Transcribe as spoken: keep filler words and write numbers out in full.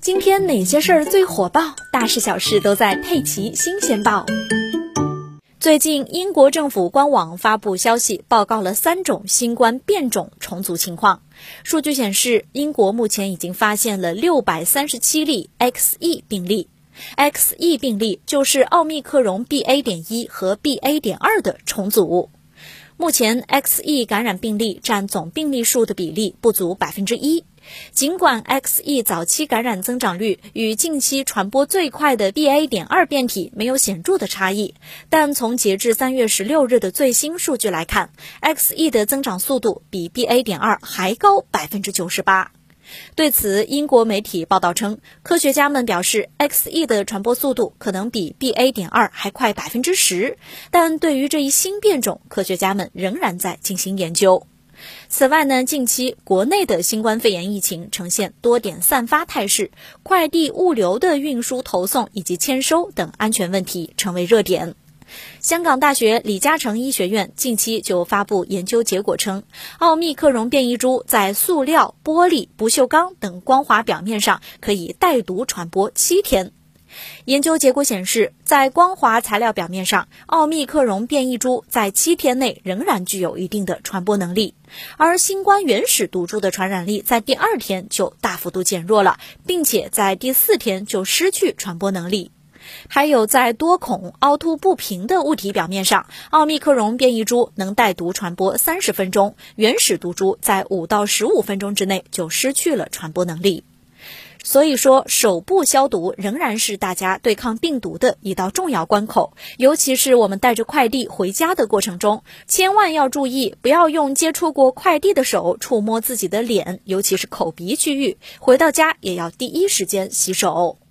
今天哪些事儿最火爆？大事小事都在佩奇新鲜报。最近，英国政府官网发布消息，报告了三种新冠变种重组情况。数据显示，英国目前已经发现了六百三十七例 X E 病例。X E 病例就是奥密克戎 B A 点一 和 B A 点二 的重组。目前 X E 感染病例占总病例数的比例不足 百分之一。尽管 X E 早期感染增长率与近期传播最快的 B A 点二 变体没有显著的差异，但从截至三月十六日的最新数据来看， X E 的增长速度比 B A 点二 还高 百分之九十八。对此，英国媒体报道称，科学家们表示 X E 的传播速度可能比 B A 点二 还快 百分之十， 但对于这一新变种，科学家们仍然在进行研究。此外呢，近期国内的新冠肺炎疫情呈现多点散发态势，快递物流的运输投送以及签收等安全问题成为热点。香港大学李嘉诚医学院近期就发布研究结果称，奥密克戎变异株在塑料、玻璃、不锈钢等光滑表面上可以带毒传播七天。研究结果显示，在光滑材料表面上，奥密克戎变异株在七天内仍然具有一定的传播能力，而新冠原始毒株的传染力在第二天就大幅度减弱了，并且在第四天就失去传播能力。还有在多孔、凹凸不平的物体表面上，奥密克戎变异株能带毒传播三十分钟，原始毒株在五到十五分钟之内就失去了传播能力。所以说，手部消毒仍然是大家对抗病毒的一道重要关口，尤其是我们带着快递回家的过程中，千万要注意，不要用接触过快递的手触摸自己的脸，尤其是口鼻区域，回到家也要第一时间洗手。